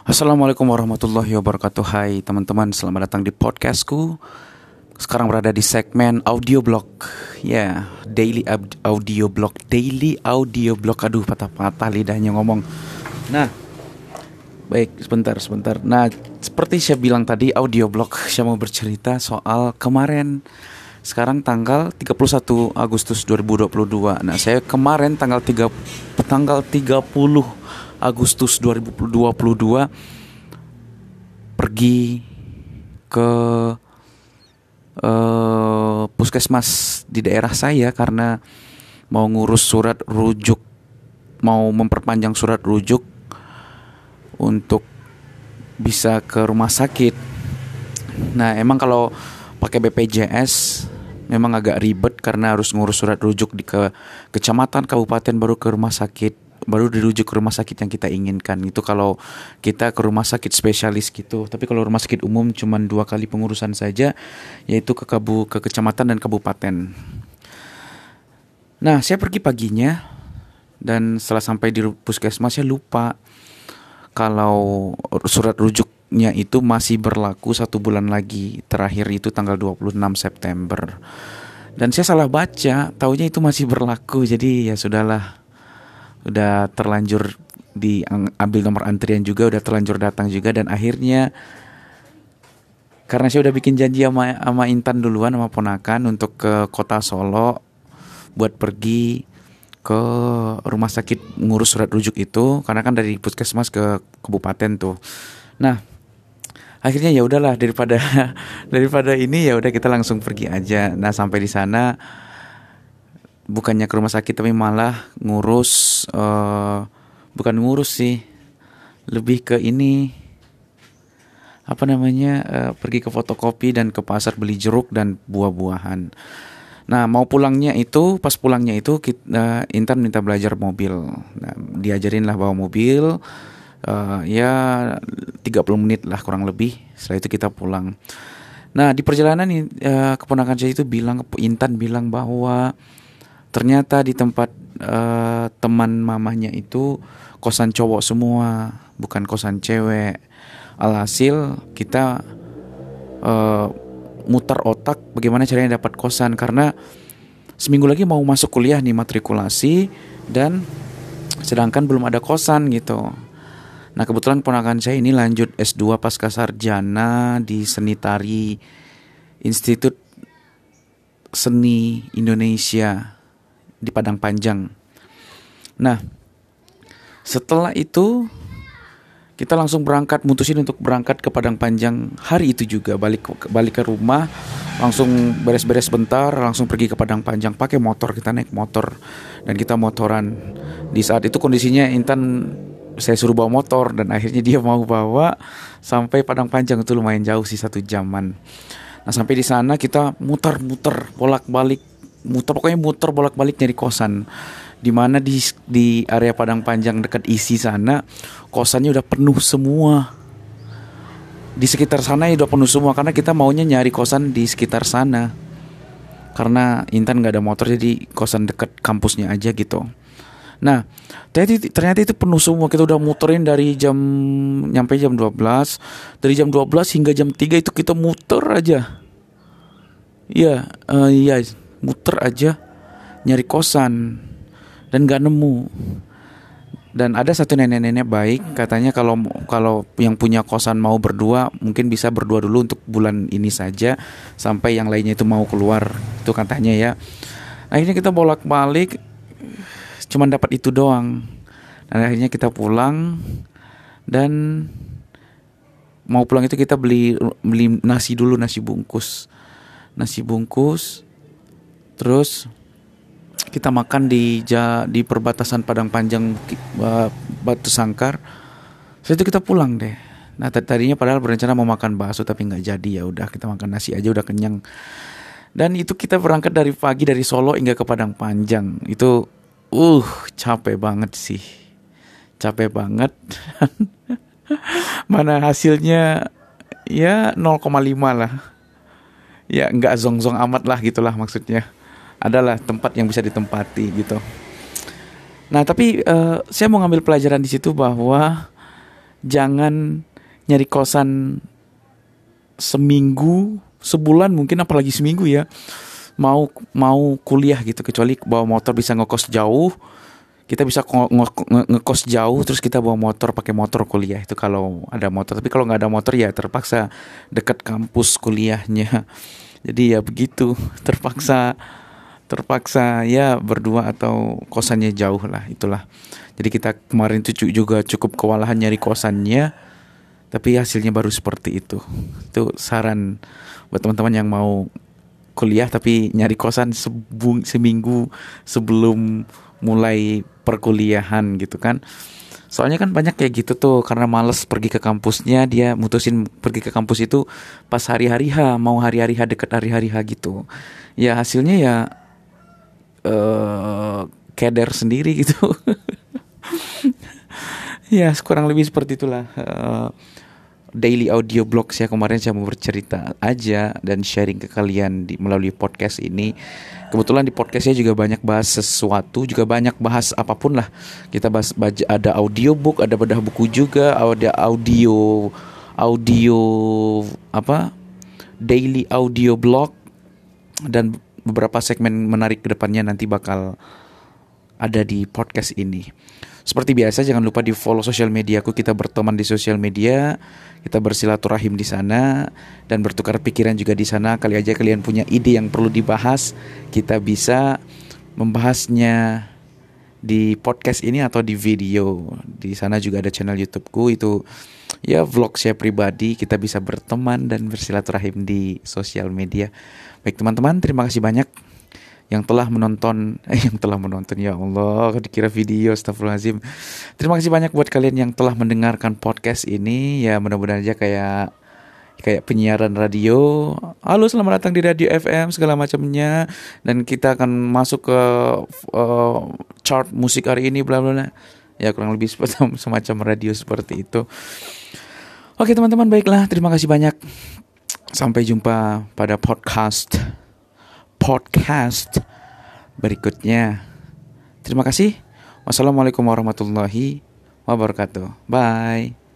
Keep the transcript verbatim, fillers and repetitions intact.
Assalamualaikum warahmatullahi wabarakatuh. Hai teman-teman, selamat datang di podcastku. Sekarang berada di segmen audio blog. Ya, yeah, daily ab- audio blog, daily audio blog. Aduh, patah-patah lidahnya ngomong. Nah, baik, sebentar, sebentar. Nah, seperti saya bilang tadi, audio blog. Saya mau bercerita soal kemarin. Sekarang tanggal tiga puluh satu Agustus dua ribu dua puluh dua. Nah, saya kemarin tanggal tiga tanggal tiga puluh Agustus dua ribu dua puluh dua pergi ke uh, puskesmas di daerah saya karena mau ngurus surat rujuk, mau memperpanjang surat rujuk untuk bisa ke rumah sakit. Nah, emang kalau pakai B P J S memang agak ribet karena harus ngurus surat rujuk di ke kecamatan, kabupaten, baru ke rumah sakit, baru dirujuk ke rumah sakit yang kita inginkan. Itu kalau kita ke rumah sakit spesialis gitu. Tapi kalau rumah sakit umum cuma dua kali pengurusan saja, yaitu ke kabu ke kecamatan dan kabupaten. Nah, saya pergi paginya dan setelah sampai di puskesmas saya lupa kalau surat rujuknya itu masih berlaku satu bulan lagi. Terakhir itu tanggal dua puluh enam September. Dan saya salah baca, taunya itu masih berlaku. Jadi ya sudahlah. Udah terlanjur diambil nomor antrian juga, udah terlanjur datang juga. Dan akhirnya karena saya udah bikin janji sama, sama Intan duluan, sama ponakan, untuk ke kota Solo buat pergi ke rumah sakit ngurus surat rujuk itu, karena kan dari puskesmas ke kabupaten tuh. Nah, akhirnya ya udahlah, daripada daripada ini ya udah kita langsung pergi aja. Nah, sampai di sana bukannya ke rumah sakit tapi malah ngurus uh, bukan ngurus sih, lebih ke ini apa namanya uh, pergi ke fotokopi dan ke pasar beli jeruk dan buah-buahan. Nah, mau pulangnya itu, pas pulangnya itu kita, uh, Intan minta belajar mobil. Nah, diajarin lah bawa mobil, uh, ya tiga puluh menit lah kurang lebih. Setelah itu kita pulang. Nah, di perjalanan uh, keponakan saya itu bilang, Intan bilang bahwa ternyata di tempat uh, teman mamahnya itu kosan cowok semua, bukan kosan cewek. Alhasil kita uh, muter otak bagaimana caranya dapat kosan, karena seminggu lagi mau masuk kuliah nih, matrikulasi, dan sedangkan belum ada kosan gitu. Nah, kebetulan ponakan saya ini lanjut S dua pasca sarjana di seni tari Institut Seni Indonesia di Padang Panjang. Nah, setelah itu kita langsung berangkat, mutusin untuk berangkat ke Padang Panjang hari itu juga. Balik balik ke rumah, langsung beres-beres bentar, langsung pergi ke Padang Panjang pakai motor. Kita naik motor dan kita motoran. Di saat itu kondisinya Intan saya suruh bawa motor, dan akhirnya dia mau bawa sampai Padang Panjang. Itu lumayan jauh sih, satu jaman. Nah, sampai di sana kita muter-muter bolak-balik, muter pokoknya muter bolak-balik nyari kosan. Di mana di di area Padang Panjang dekat isi sana kosannya udah penuh semua. Di sekitar sana ya udah penuh semua, karena kita maunya nyari kosan di sekitar sana. Karena Intan nggak ada motor, jadi kosan dekat kampusnya aja gitu. Nah, ternyata, ternyata itu penuh semua. Kita udah muterin dari jam nyampe jam dua belas, dari jam dua belas hingga jam tiga itu kita muter aja. Iya, uh, iya, muter aja nyari kosan dan nggak nemu. Dan ada satu nenek-nenek baik, katanya kalau kalau yang punya kosan mau berdua, mungkin bisa berdua dulu untuk bulan ini saja sampai yang lainnya itu mau keluar, itu katanya ya. Akhirnya kita bolak-balik, cuman dapat itu doang. Dan akhirnya kita pulang, dan mau pulang itu kita beli beli nasi dulu, nasi bungkus, nasi bungkus, terus kita makan di di perbatasan Padang Panjang, uh, Batu Sangkar. Setelah itu kita pulang deh. Nah, tadinya padahal berencana mau makan bakso tapi nggak jadi. Ya udah, kita makan nasi aja, udah kenyang. Dan itu kita berangkat dari pagi dari Solo hingga ke Padang Panjang. Itu uh capek banget sih, capek banget. Mana hasilnya ya nol koma lima lah. Ya nggak zong-zong amat lah gitulah maksudnya. Adalah tempat yang bisa ditempati gitu. Nah, tapi uh, saya mau ngambil pelajaran di situ bahwa jangan nyari kosan seminggu, sebulan mungkin, apalagi seminggu ya. Mau mau kuliah gitu, kecuali bawa motor bisa ngekos jauh. Kita bisa nge- nge- ngekos jauh terus kita bawa motor, pakai motor kuliah itu kalau ada motor. Tapi kalau nggak ada motor ya terpaksa dekat kampus kuliahnya. Jadi ya begitu, terpaksa terpaksa ya berdua atau kosannya jauh lah, itulah. Jadi kita kemarin tuh juga cukup kewalahan nyari kosannya, tapi hasilnya baru seperti itu. Itu saran buat teman-teman yang mau kuliah tapi nyari kosan sebung, seminggu sebelum mulai perkuliahan gitu kan. Soalnya kan banyak kayak gitu tuh, karena males pergi ke kampusnya, dia mutusin pergi ke kampus itu pas hari-hari H, mau hari-hari H, deket hari-hari H gitu. Ya hasilnya ya uh, keder sendiri gitu. Ya kurang lebih seperti itulah. Uh, daily audio blog saya kemarin, saya mau bercerita aja dan sharing ke kalian di, melalui podcast ini. Kebetulan di podcastnya juga banyak bahas sesuatu, juga banyak bahas apapun lah. Kita bahas, baca, ada audiobook, ada bedah buku juga, ada audio audio apa daily audio blog, dan beberapa segmen menarik ke depannya nanti bakal ada di podcast ini. Seperti biasa, jangan lupa di follow sosial mediaku. Kita berteman di sosial media, kita bersilaturahim di sana dan bertukar pikiran juga di sana. Kali aja kalian punya ide yang perlu dibahas, kita bisa membahasnya di podcast ini atau di video. Di sana juga ada channel YouTubeku, itu ya vlog saya pribadi. Kita bisa berteman dan bersilaturahim di sosial media. Baik teman-teman, terima kasih banyak yang telah menonton, eh, yang telah menonton, ya Allah, dikira video, astagfirullahaladzim. Terima kasih banyak buat kalian yang telah mendengarkan podcast ini. Ya mudah-mudahan aja kayak kayak penyiaran radio. Halo, selamat datang di Radio F M segala macamnya, dan kita akan masuk ke uh, chart musik hari ini, bla bla bla. Ya kurang lebih semacam radio seperti itu. Oke teman-teman, baiklah, terima kasih banyak. Sampai jumpa pada podcast podcast berikutnya. Terima kasih. Wassalamualaikum warahmatullahi wabarakatuh. Bye.